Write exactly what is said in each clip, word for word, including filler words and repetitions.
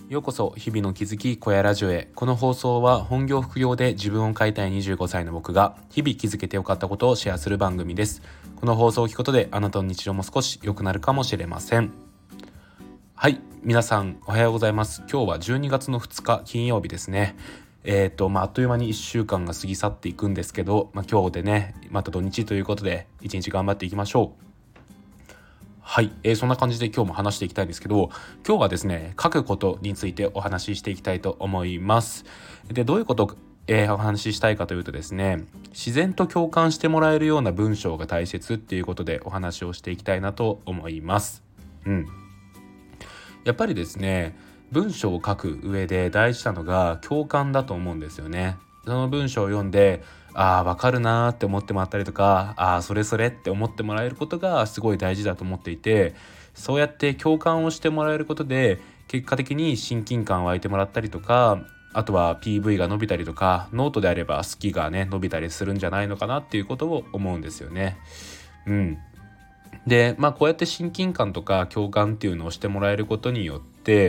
ようこそ日々の気づき小屋ラジオへ。この放送は本業副業で自分を変えたいにじゅうごさいの僕が日々気づけてよかったことをシェアする番組です。この放送を聞くことであなたの日常も少し良くなるかもしれません。はい、皆さんおはようございます。今日はじゅうにがつのふつか金曜日ですね。えーとまあ、あっという間にいっしゅうかんが過ぎ去っていくんですけど、まあ、今日でねまた土日ということで一日頑張っていきましょう。はい、えー、そんな感じで今日も話していきたいんですけど、今日はですね書くことについてお話ししていきたいと思います。でどういうことを、えー、お話ししたいかというとですね、自然と共感してもらえるような文章が大切っていうことでお話をしていきたいなと思います。うんやっぱりですね、文章を書く上で大事なのが共感だと思うんですよね。その文章を読んで、ああわかるなーって思ってもらったりとか、ああそれそれって思ってもらえることがすごい大事だと思っていて、そうやって共感をしてもらえることで結果的に親近感を湧いてもらったりとか、あとは ピーブイ が伸びたりとか、ノートであれば好きがね伸びたりするんじゃないのかなっていうことを思うんですよね。うんでまあこうやって親近感とか共感っていうのをしてもらえることによって、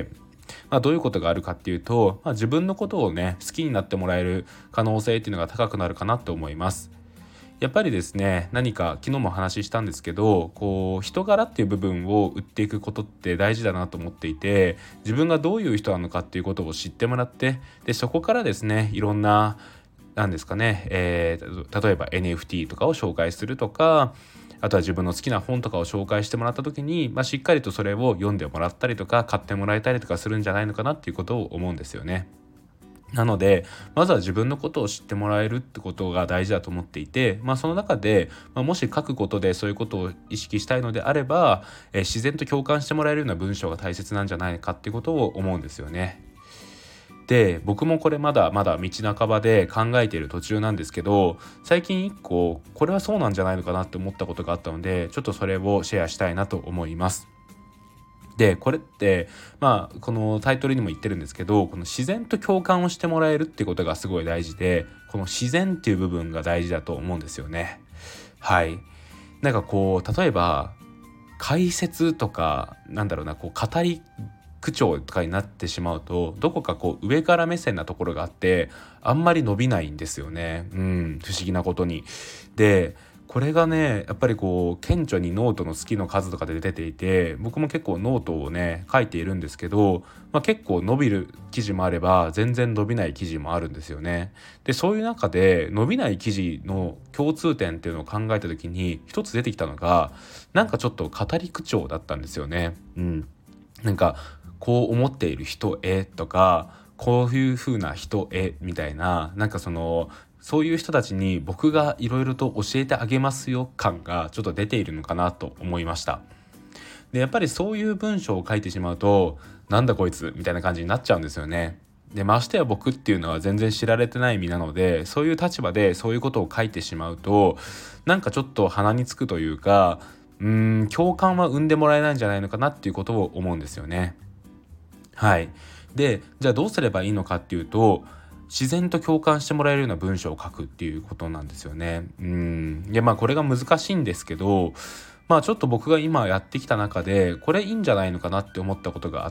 まあ、どういうことがあるかっていうと、まあ、自分のことをね好きになってもらえる可能性っていうのが高くなるかなと思います。やっぱりですね、何か昨日もお話ししたんですけど、こう人柄っていう部分を売っていくことって大事だなと思っていて、自分がどういう人なのかっていうことを知ってもらって、でそこからですねいろんななんですかね、えー、例えば エヌエフティー とかを紹介するとか、あとは自分の好きな本とかを紹介してもらった時に、まあ、しっかりとそれを読んでもらったりとか買ってもらえたりとかするんじゃないのかなっていうことを思うんですよね。なのでまずは自分のことを知ってもらえるってことが大事だと思っていて、まあ、その中で、まあ、もし書くことでそういうことを意識したいのであれば、えー自然と共感してもらえるような文章が大切なんじゃないかっていうことを思うんですよね。で僕もこれまだまだ道半ばで考えている途中なんですけど、最近一個これはそうなんじゃないのかなって思ったことがあったので、ちょっとそれをシェアしたいなと思います。でこれってまあこのタイトルにも言ってるんですけど、この自然と共感をしてもらえるってことがすごい大事で、この自然っていう部分が大事だと思うんですよね。はいなんかこう例えば解説とかなんだろうなこう語り口調とかになってしまうと、どこかこう上から目線なところがあってあんまり伸びないんですよね。うん不思議なことに。でこれがねやっぱりこう顕著にノートの好きの数とかで出ていて、僕も結構ノートをね書いているんですけど、まあ、結構伸びる記事もあれば全然伸びない記事もあるんですよね。でそういう中で伸びない記事の共通点っていうのを考えた時に一つ出てきたのが、なんかちょっと語り口調だったんですよね。うんなんかこう思っている人へとか、こういう風な人へみたいな、なんかそのそういう人たちに僕がいろいろと教えてあげますよ感がちょっと出ているのかなと思いました。でやっぱりそういう文章を書いてしまうと、なんだこいつみたいな感じになっちゃうんですよね。でましてや僕っていうのは全然知られてない身なので、そういう立場でそういうことを書いてしまうと、なんかちょっと鼻につくというか、うーん共感は生んでもらえないんじゃないのかなっていうことを思うんですよね。はいでじゃあどうすればいいのかっていうと、自然と共感してもらえるような文章を書くっていうことなんですよね。うんでまあこれが難しいんですけど、まあちょっと僕が今やってきた中でこれいいんじゃないのかなって思ったことがあって、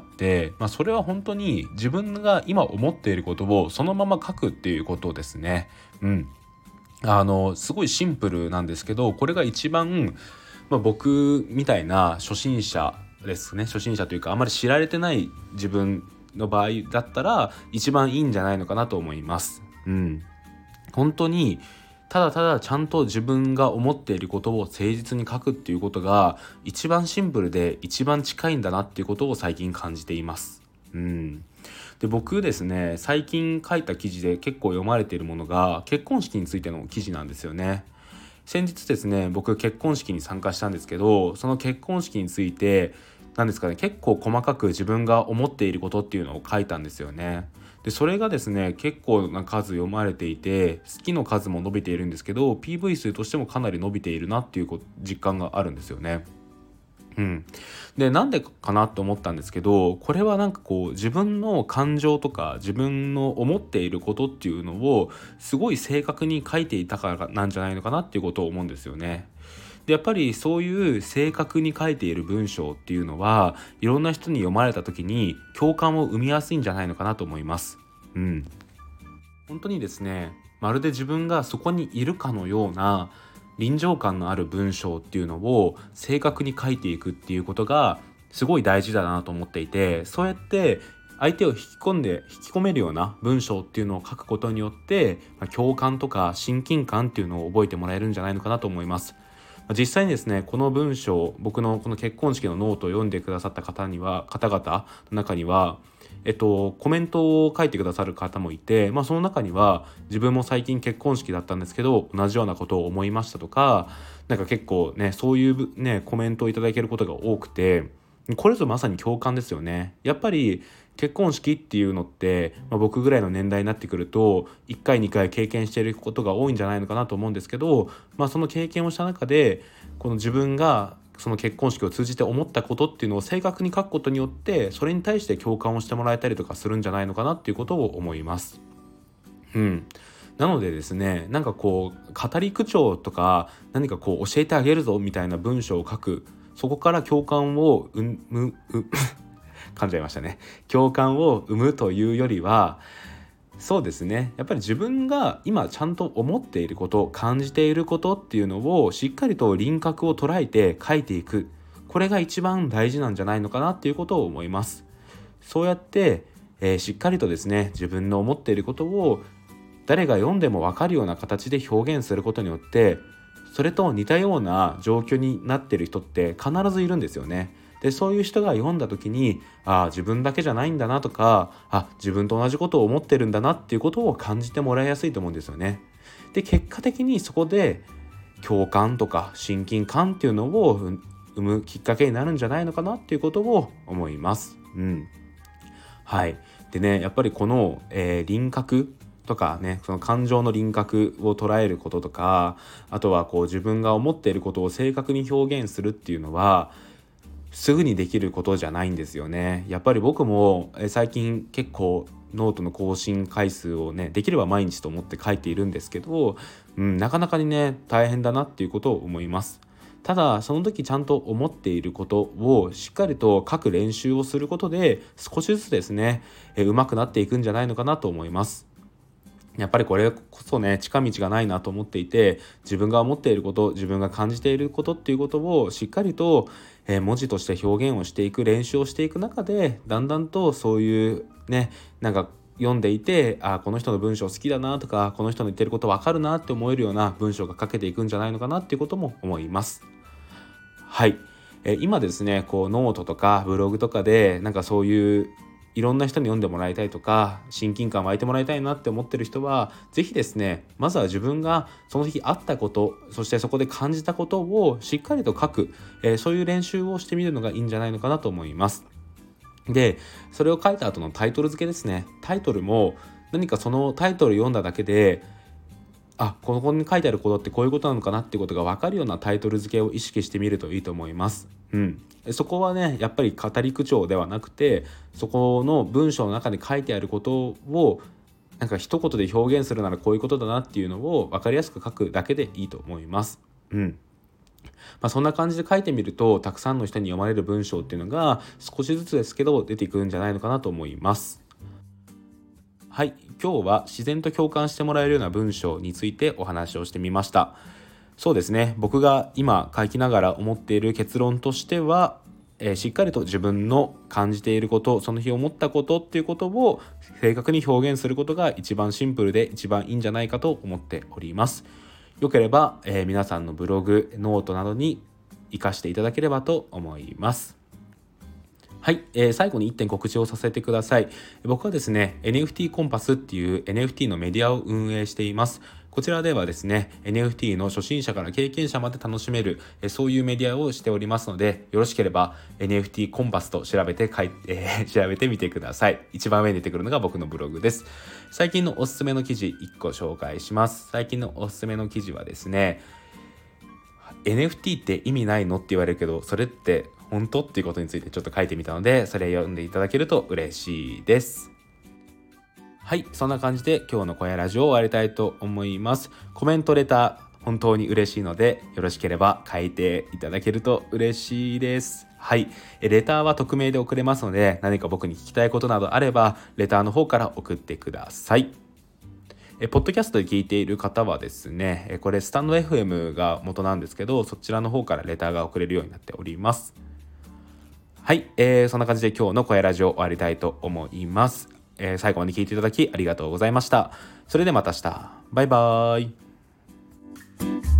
まあそれは本当に自分が今思っていることをそのまま書くっていうことですね。うんあのすごいシンプルなんですけど、これが一番、まあ、僕みたいな初心者ですね初心者というかあまり知られてない自分の場合だったら一番いいんじゃないのかなと思います。うん本当にただただちゃんと自分が思っていることを誠実に書くっていうことが一番シンプルで一番近いんだなっていうことを最近感じています。うんで僕ですね最近書いた記事で結構読まれているものが結婚式についての記事なんですよね。先日ですね僕結婚式に参加したんですけど、その結婚式について何ですかね結構細かく自分が思っていることっていうのを書いたんですよね。でそれがですね結構な数読まれていて、好きの数も伸びているんですけど ピーブイ 数としてもかなり伸びているなっていう実感があるんですよね。うん、でなんでかなと思ったんですけど、これはなんかこう自分の感情とか自分の思っていることっていうのをすごい正確に書いていたからなんじゃないのかなっていうことを思うんですよね。 でやっぱりそういう正確に書いている文章っていうのはいろんな人に読まれた時に共感を生みやすいんじゃないのかなと思います。うん、本当にですね、まるで自分がそこにいるかのような臨場感のある文章っていうのを正確に書いていくっていうことがすごい大事だなと思っていて、そうやって相手を引き込んで引き込めるような文章っていうのを書くことによって、まあ、共感とか親近感っていうのを覚えてもらえるんじゃないのかなと思います。実際にですね、この文章、僕のこの結婚式のノートを読んでくださった方には方々の中には、えっと、コメントを書いてくださる方もいて、まあ、その中には自分も最近結婚式だったんですけど同じようなことを思いましたとか、なんか結構ねそういうねコメントをいただけることが多くて、これぞまさに共感ですよね。やっぱり結婚式っていうのって、まあ、僕ぐらいの年代になってくるといっかいにかい経験していることが多いんじゃないのかなと思うんですけど、まあ、その経験をした中でこの自分がその結婚式を通じて思ったことっていうのを正確に書くことによってそれに対して共感をしてもらえたりとかするんじゃないのかなっていうことを思います。うん、なのでですね、なんかこう語り口調とか何かこう教えてあげるぞみたいな文章を書く、そこから共感を生む噛んじゃいましたね。共感を生むというよりは、そうですね、やっぱり自分が今ちゃんと思っていること、感じていることっていうのをしっかりと輪郭を捉えて書いていく、これが一番大事なんじゃないのかなっていうことを思います。そうやって、えー、しっかりとですね自分の思っていることを誰が読んでも分かるような形で表現することによって、それと似たような状況になっている人って必ずいるんですよね。でそういう人が読んだ時に、ああ自分だけじゃないんだなとか、あ自分と同じことを思ってるんだなっていうことを感じてもらいやすいと思うんですよね。で結果的にそこで共感とか親近感っていうのを生むきっかけになるんじゃないのかなっていうことを思います。うん、はいでね、やっぱりこの、えー輪郭とかね、その感情の輪郭を捉えることとか、あとはこう自分が思っていることを正確に表現するっていうのはすぐにできることじゃないんですよね。やっぱり僕もえ最近結構ノートの更新回数をねできれば毎日と思って書いているんですけど、うん、なかなかにね大変だなっていうことを思います。ただその時ちゃんと思っていることをしっかりと書く練習をすることで少しずつですねえ上手くなっていくんじゃないのかなと思います。やっぱりこれこそね近道がないなと思っていて、自分が思っていること、自分が感じていることっていうことをしっかりと、えー文字として表現をしていく練習をしていく中で、だんだんとそういうねなんか読んでいて、あこの人の文章好きだなとか、この人の言ってること分かるなって思えるような文章が書けていくんじゃないのかなっていうことも思います。はい、えー今ですねこうノートとかブログとかでなんかそういういろんな人に読んでもらいたいとか親近感湧いてもらいたいなって思ってる人はぜひですね、まずは自分がその日あったこと、そしてそこで感じたことをしっかりと書く、えーそういう練習をしてみるのがいいんじゃないのかなと思います。でそれを書いた後のタイトル付けですね。タイトルも何かそのタイトル読んだだけで、あここに書いてあることってこういうことなのかなっていうことが分かるようなタイトル付けを意識してみるといいと思います。うん、そこはねやっぱり語り口調ではなくて、そこの文章の中に書いてあることをなんか一言で表現するならこういうことだなっていうのを分かりやすく書くだけでいいと思います。うんまあ、そんな感じで書いてみるとたくさんの人に読まれる文章っていうのが少しずつですけど出てくるんじゃないのかなと思います。はい、今日は自然と共感してもらえるような文章についてお話をしてみました。そうですね、僕が今書きながら思っている結論としては、えーしっかりと自分の感じていること、その日思ったことっていうことを正確に表現することが一番シンプルで一番いいんじゃないかと思っております。よければ、えー皆さんのブログ、ノートなどに活かしていただければと思います。はい、えー最後にいってん告知をさせてください。僕はですね エヌエフティー コンパスっていう エヌエフティー のメディアを運営しています。こちらではですね エヌエフティー の初心者から経験者まで楽しめる、えーそういうメディアをしておりますので、よろしければ エヌエフティー コンパスと調べて書い、えー調べてみてください。一番上に出てくるのが僕のブログです。最近のおすすめの記事いっこ紹介します。最近のおすすめの記事はですね、エヌエフティー って意味ないのって言われるけど、それって本当っていうことについてちょっと書いてみたので、それ読んでいただけると嬉しいです。はい、そんな感じで今日の小屋ラジオを終わりたいと思います。コメントレター本当に嬉しいので、よろしければ書いていただけると嬉しいです。はい、レターは匿名で送れますので、何か僕に聞きたいことなどあればレターの方から送ってください。えポッドキャストで聞いている方はですね、これスタンド エフエム が元なんですけど、そちらの方からレターが送れるようになっております。はい、えー、そんな感じで今日の声ラジオ終わりたいと思います。えー、最後まで聞いていただきありがとうございました。それではまた明日。バイバーイ。